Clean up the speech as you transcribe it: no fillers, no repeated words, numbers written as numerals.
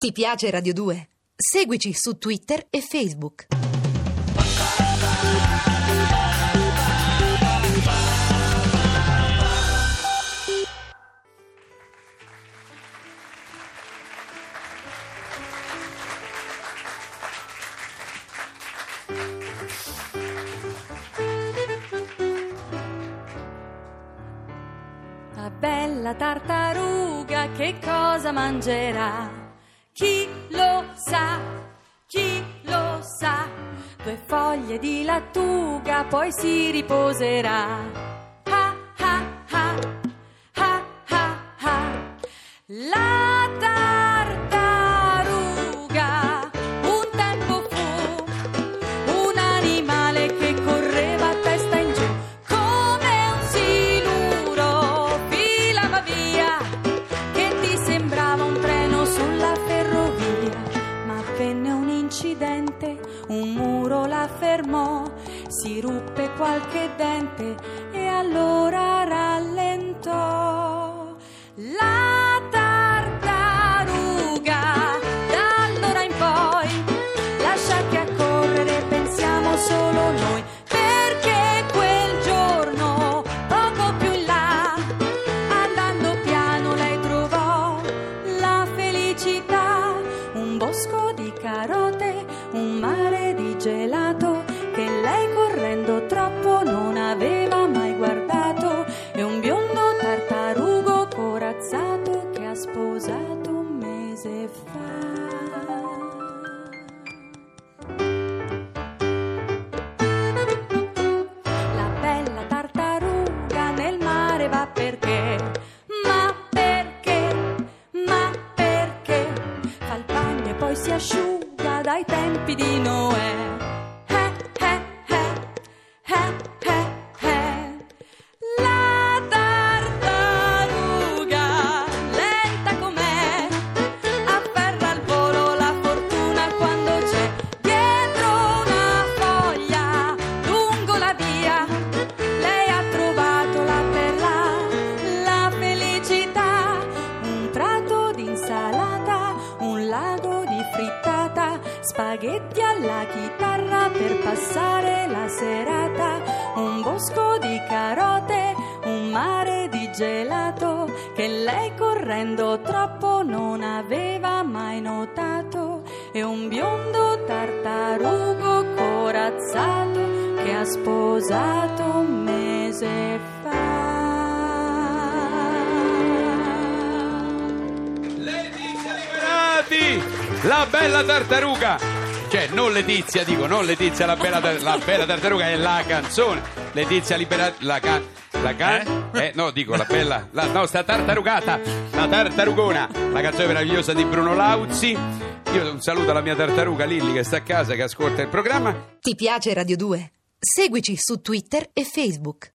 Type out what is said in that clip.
Ti piace Radio 2? Seguici su Twitter e Facebook. La bella tartaruga che cosa mangerà? Chi lo sa? Chi lo sa? 2 foglie di lattuga, poi si riposerà. Ha ha ha, ha ha ha. La tartaruga un tempo fu un animale che correva a testa in giù, come un siluro filava via, che ti sembrava un treno sulla ferrovia. Ma venne un incidente, un muro la fermò, si ruppe qualche dente e allora rallentò. La tartaruga da allora in poi lascia che a correre pensiamo solo noi, perché quel giorno poco più in là, andando piano, lei trovò la felicità. Un bosco di carote, un mare di gelato, che lei correndo troppo non aveva mai guardato, e un biondo tartarugo corazzato che ha sposato un mese fa. La bella tartaruga nel mare va perché? Ma perché? Ma perché? Fa il bagno e poi si asciuga dai tempi di Noè. La tartaruga, lenta com'è, afferra al volo la fortuna quando c'è. Dietro una foglia, lungo la via, lei ha trovato la perla, la felicità. Un prato di insalata, un lago di frittata, spaghetti alla chitarra per passare la serata. Un bosco di carote, un mare di gelato, che lei correndo troppo non aveva mai notato, e un biondo tartarugo corazzato che ha sposato un mese fa. Letizia Liberati, la bella tartaruga. Cioè, non Letizia, dico, non Letizia, la bella tartaruga è la canzone. Letizia Liberati, no, dico, la bella, no, sta tartarugata, la tartarugona, la canzone meravigliosa di Bruno Lauzi. Io un saluto alla mia tartaruga Lilli che sta a casa, che ascolta il programma. Ti piace Radio 2? Seguici su Twitter e Facebook.